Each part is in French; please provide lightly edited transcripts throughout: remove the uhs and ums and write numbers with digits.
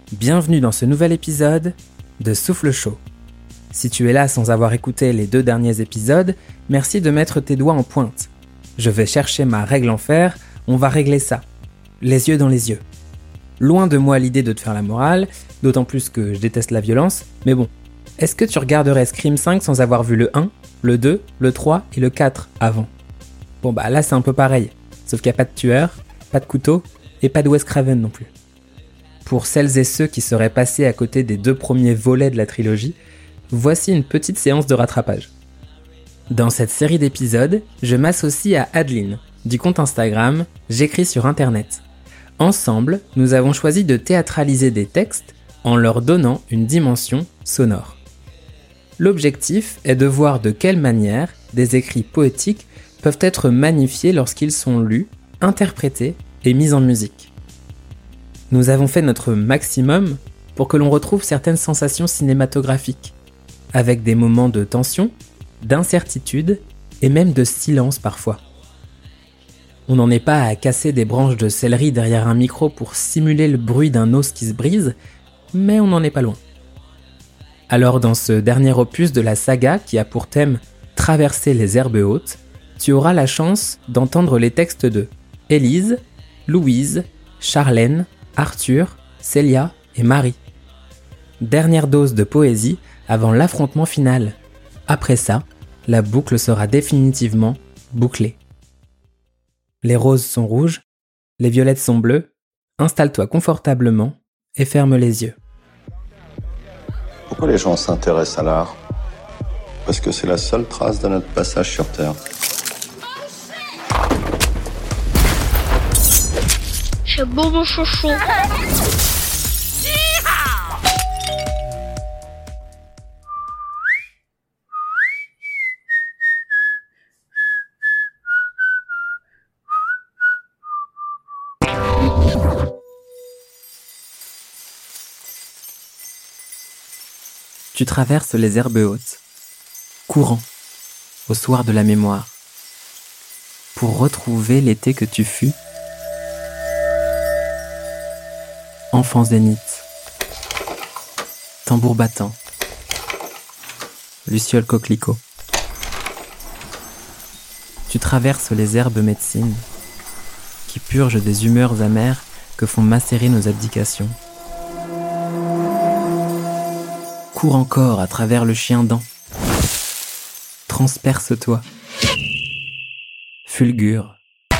Bienvenue dans ce nouvel épisode de Souffle Chaud. Si tu es là sans avoir écouté les 2 derniers épisodes, merci de mettre tes doigts en pointe. Je vais chercher ma règle en fer, on va régler ça. Les yeux dans les yeux. Loin de moi l'idée de te faire la morale, d'autant plus que je déteste la violence, mais bon. Est-ce que tu regarderais Scream 5 sans avoir vu le 1, le 2, le 3 et le 4 avant ? Bon bah là c'est un peu pareil, sauf qu'il n'y a pas de tueur, pas de couteau et pas de Wes Craven non plus. Pour celles et ceux qui seraient passés à côté des 2 premiers volets de la trilogie, voici une petite séance de rattrapage. Dans cette série d'épisodes, je m'associe à Adeline, du compte Instagram « J'écris sur Internet ». Ensemble, nous avons choisi de théâtraliser des textes en leur donnant une dimension sonore. L'objectif est de voir de quelle manière des écrits poétiques peuvent être magnifiés lorsqu'ils sont lus, interprétés et mis en musique. Nous avons fait notre maximum pour que l'on retrouve certaines sensations cinématographiques, avec des moments de tension, d'incertitude et même de silence parfois. On n'en est pas à casser des branches de céleri derrière un micro pour simuler le bruit d'un os qui se brise, mais on n'en est pas loin. Alors dans ce dernier opus de la saga qui a pour thème « Traverser les herbes hautes », tu auras la chance d'entendre les textes de Élise, Louise, Charlène, Arthur, Célia et Marie. Dernière dose de poésie avant l'affrontement final. Après ça, la boucle sera définitivement bouclée. Les roses sont rouges, les violettes sont bleues, installe-toi confortablement et ferme les yeux. Pourquoi les gens s'intéressent à l'art ? Parce que c'est la seule trace de notre passage sur Terre. C'est beau mon chouchou. Tu traverses les herbes hautes, courant, au soir de la mémoire, pour retrouver l'été que tu fus. Enfant zénith, tambour battant, luciole coquelicot. Tu traverses les herbes médecines, qui purgent des humeurs amères que font macérer nos abdications. Cours encore à travers le chien-dent. Transperce-toi. Fulgure.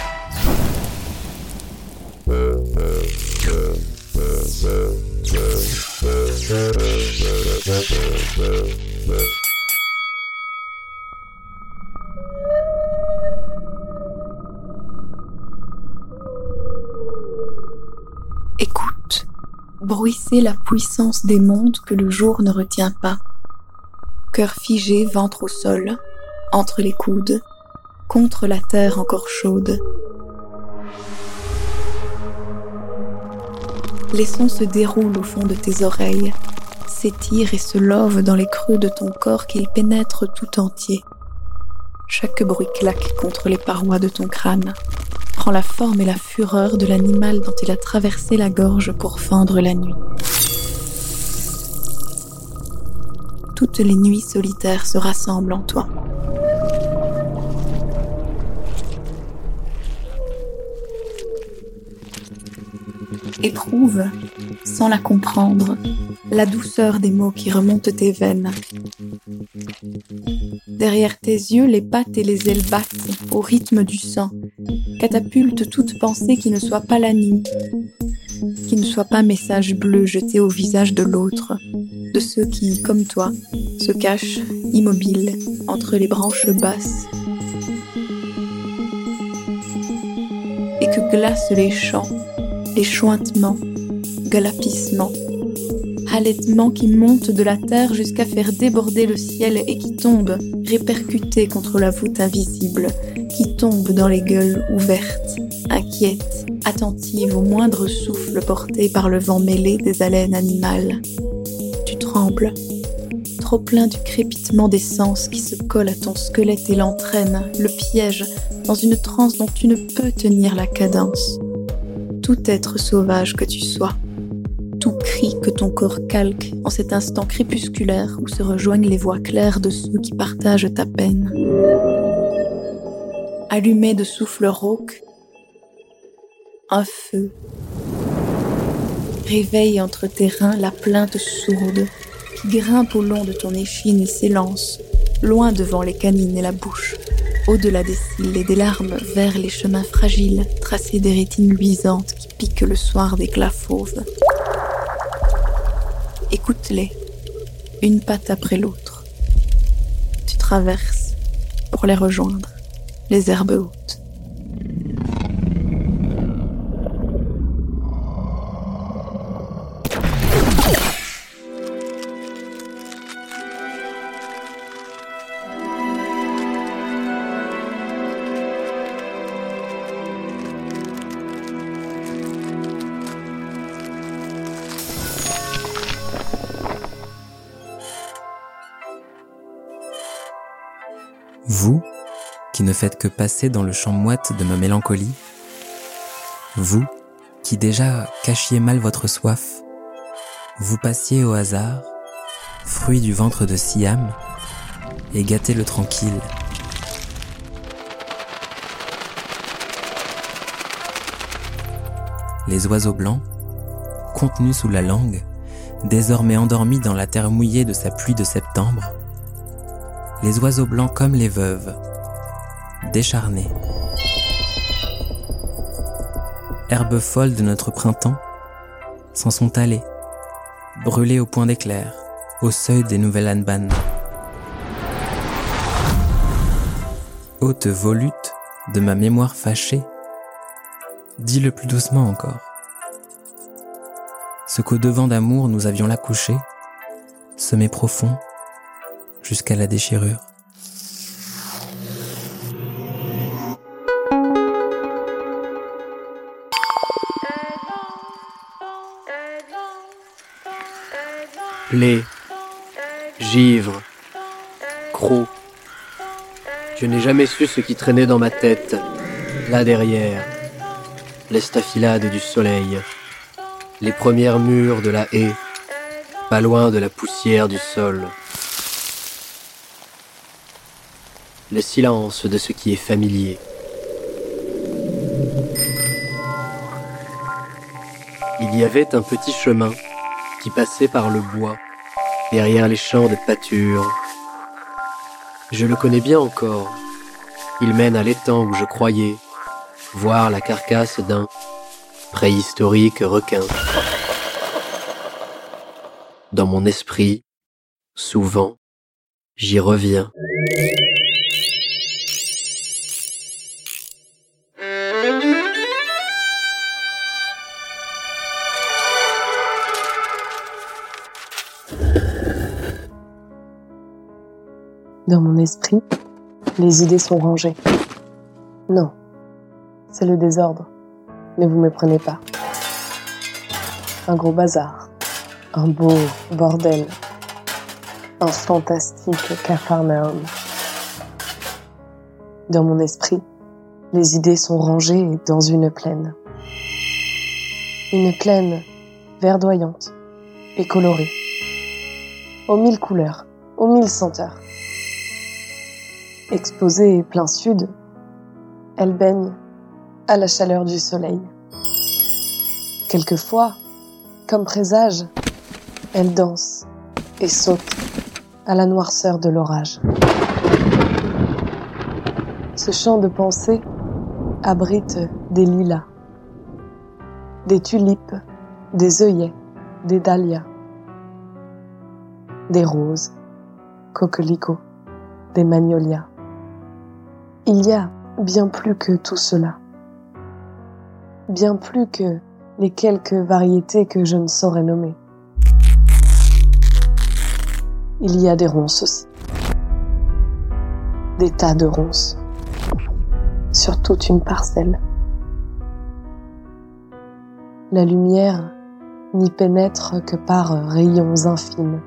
Écoute, bruisser la puissance des mondes que le jour ne retient pas. Cœur figé, ventre au sol, entre les coudes, contre la terre encore chaude. Les sons se déroulent au fond de tes oreilles, s'étirent et se lovent dans les creux de ton corps qu'ils pénètrent tout entier. Chaque bruit claque contre les parois de ton crâne, prend la forme et la fureur de l'animal dont il a traversé la gorge pour fendre la nuit. Toutes les nuits solitaires se rassemblent en toi. Éprouve, sans la comprendre, la douceur des mots qui remontent tes veines. Derrière tes yeux, les pattes et les ailes battent au rythme du sang, catapultent toute pensée qui ne soit pas la nuit, qui ne soit pas message bleu jeté au visage de l'autre, de ceux qui, comme toi, se cachent immobiles entre les branches basses, et que glacent les chants, les chointements, galapissements, halètements qui montent de la terre jusqu'à faire déborder le ciel et qui tombent, répercutés contre la voûte invisible, qui tombent dans les gueules ouvertes, inquiètes, attentives au moindre souffle porté par le vent mêlé des haleines animales. Tu trembles, trop plein du crépitement des sens qui se colle à ton squelette et l'entraîne, le piège, dans une transe dont tu ne peux tenir la cadence. Tout être sauvage que tu sois, tout cri cris que ton corps calque en cet instant crépusculaire où se rejoignent les voix claires de ceux qui partagent ta peine. Allumé de souffles rauques, un feu réveille entre tes reins la plainte sourde qui grimpe au long de ton échine et s'élance, loin devant les canines et la bouche, au-delà des cils et des larmes, vers les chemins fragiles tracés des rétines luisantes qui piquent le soir d'éclats fauves. Écoute-les, une patte après l'autre. Tu traverses pour les rejoindre, les herbes hautes. Vous, qui ne faites que passer dans le champ moite de ma mélancolie, vous, qui déjà cachiez mal votre soif, vous passiez au hasard, fruit du ventre de Siam, et gâtez le tranquille. Les oiseaux blancs, contenus sous la langue, désormais endormis dans la terre mouillée de sa pluie de septembre, les oiseaux blancs comme les veuves, décharnés. Herbes folles de notre printemps s'en sont allées, brûlées au point d'éclair, au seuil des nouvelles Anban. Haute volute de ma mémoire fâchée, dis-le plus doucement encore. Ce qu'au devant d'amour nous avions là couché, semé profond, jusqu'à la déchirure. Lait, givre, croc. Je n'ai jamais su ce qui traînait dans ma tête, là derrière, l'estafilade du soleil, les premières murs de la haie, pas loin de la poussière du sol. Le silence de ce qui est familier. Il y avait un petit chemin qui passait par le bois, derrière les champs de pâture. Je le connais bien encore. Il mène à l'étang où je croyais voir la carcasse d'un préhistorique requin. Dans mon esprit, souvent, j'y reviens. Dans mon esprit, les idées sont rangées. Non, c'est le désordre. Ne vous méprenez pas. Un gros bazar. Un beau bordel. Un fantastique capharnaüm. Dans mon esprit, les idées sont rangées dans une plaine. Une plaine verdoyante et colorée. Aux 1000 couleurs, aux 1000 senteurs. Exposée plein sud, elle baigne à la chaleur du soleil. Quelquefois, comme présage, elle danse et saute à la noirceur de l'orage. Ce champ de pensée abrite des lilas, des tulipes, des œillets, des dahlias, des roses, coquelicots, des magnolias. Il y a bien plus que tout cela. Bien plus que les quelques variétés que je ne saurais nommer. Il y a des ronces aussi. Des tas de ronces. Sur toute une parcelle. La lumière n'y pénètre que par rayons infimes,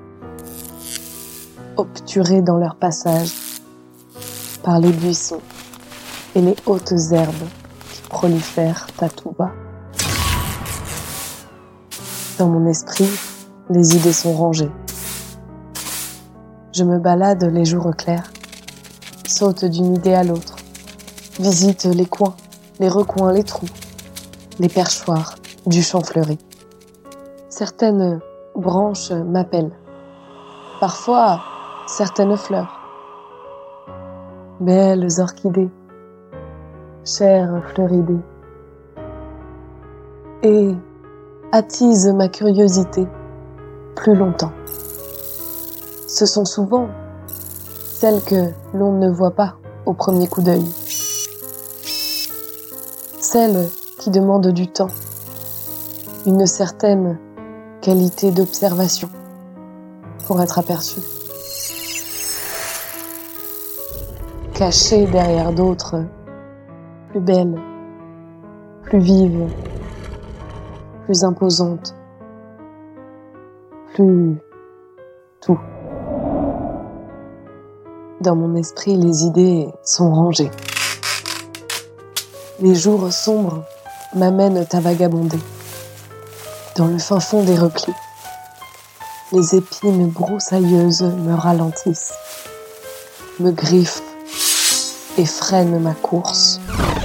obturés dans leur passage par les buissons et les hautes herbes qui prolifèrent à tout bas. Dans mon esprit, les idées sont rangées. Je me balade les jours clairs, saute d'une idée à l'autre, visite les coins, les recoins, les trous, les perchoirs du champ fleuri. Certaines branches m'appellent, parfois certaines fleurs. Belles orchidées, chères fleuridées, et attisent ma curiosité plus longtemps. Ce sont souvent celles que l'on ne voit pas au premier coup d'œil. Celles qui demandent du temps, une certaine qualité d'observation pour être aperçues. Cachées derrière d'autres plus belles, plus vives, plus imposantes, plus tout. Dans mon esprit, les idées sont rangées. Les jours sombres m'amènent à vagabonder. Dans le fin fond des replis, les épines broussailleuses me ralentissent, me griffent et freinent ma course.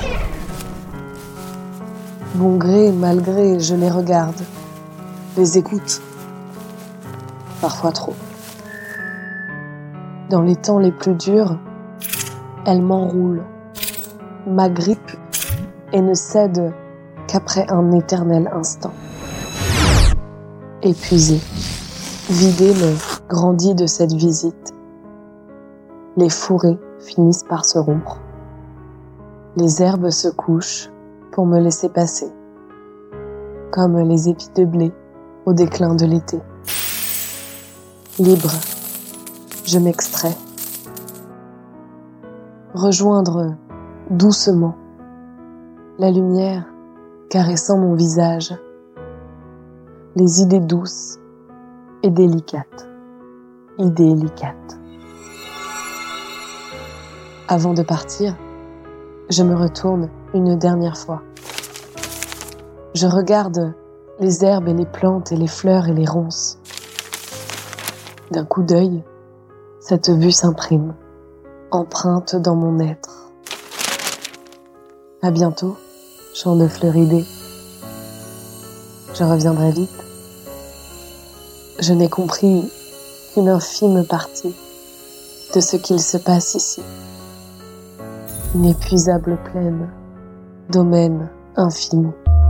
Bon gré, mal gré, je les regarde, les écoute, parfois trop. Dans les temps les plus durs, elles m'enroulent, m'agrippent et ne cèdent qu'après un éternel instant. Épuisé, vidé me grandit de cette visite. Les fourrés finissent par se rompre. Les herbes se couchent pour me laisser passer, comme les épis de blé au déclin de l'été. Libre, je m'extrais. Rejoindre doucement la lumière caressant mon visage, les idées douces et délicates, idélicates. Avant de partir, je me retourne une dernière fois. Je regarde les herbes et les plantes et les fleurs et les ronces. D'un coup d'œil, cette vue s'imprime, empreinte dans mon être. À bientôt, champ de fleuridés. Je reviendrai vite. Je n'ai compris qu'une infime partie de ce qu'il se passe ici. Inépuisable plaine, domaine infini.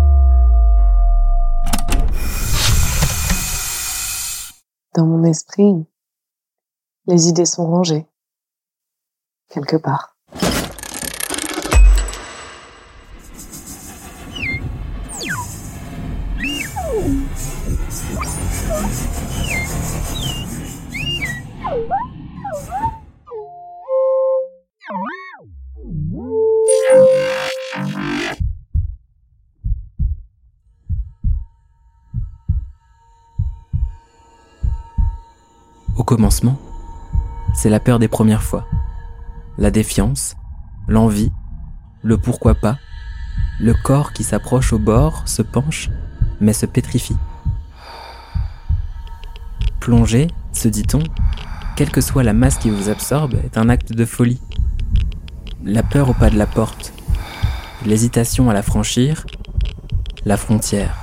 Dans mon esprit, les idées sont rangées, quelque part. Au commencement, c'est la peur des premières fois, la défiance, l'envie, le pourquoi pas, le corps qui s'approche au bord, se penche, mais se pétrifie. Plonger, se dit-on, quelle que soit la masse qui vous absorbe, est un acte de folie. La peur au pas de la porte, l'hésitation à la franchir, la frontière.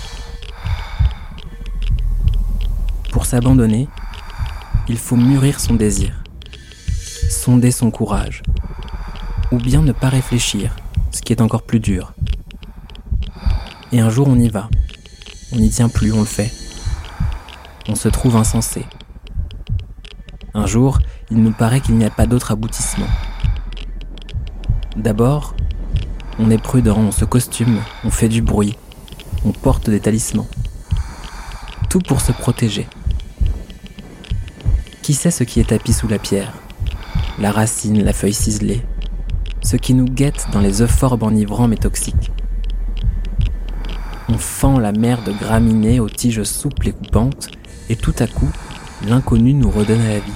Pour s'abandonner, il faut mûrir son désir, sonder son courage, ou bien ne pas réfléchir, ce qui est encore plus dur. Et un jour on y va, on n'y tient plus, on le fait. On se trouve insensé. Un jour, il nous paraît qu'il n'y a pas d'autre aboutissement. D'abord, on est prudent, on se costume, on fait du bruit, on porte des talismans. Tout pour se protéger. Qui sait ce qui est tapis sous la pierre? La racine, la feuille ciselée, ce qui nous guette dans les euphorbes enivrants mais toxiques. On fend la mer de graminées aux tiges souples et coupantes, et tout à coup, l'inconnu nous redonne à la vie.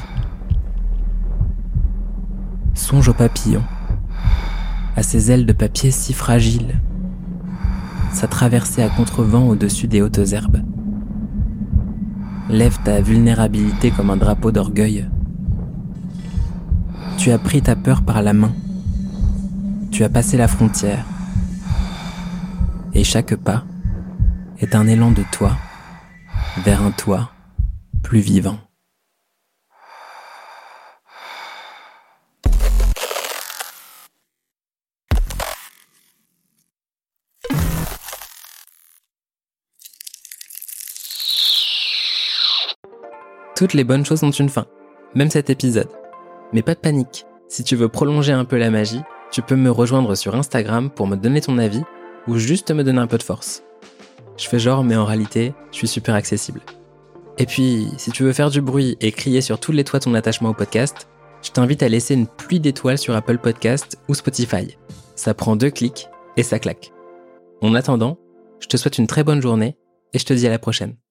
Songe aux papillons, à ces ailes de papier si fragiles, sa traversée à contrevent au-dessus des hautes herbes. Lève ta vulnérabilité comme un drapeau d'orgueil. Tu as pris ta peur par la main. Tu as passé la frontière. Et chaque pas est un élan de toi vers un toi plus vivant. Toutes les bonnes choses ont une fin, même cet épisode. Mais pas de panique, si tu veux prolonger un peu la magie, tu peux me rejoindre sur Instagram pour me donner ton avis ou juste me donner un peu de force. Je fais genre, mais en réalité, je suis super accessible. Et puis, si tu veux faire du bruit et crier sur tous les toits ton attachement au podcast, je t'invite à laisser une pluie d'étoiles sur Apple Podcast ou Spotify. Ça prend 2 clics et ça claque. En attendant, je te souhaite une très bonne journée et je te dis à la prochaine.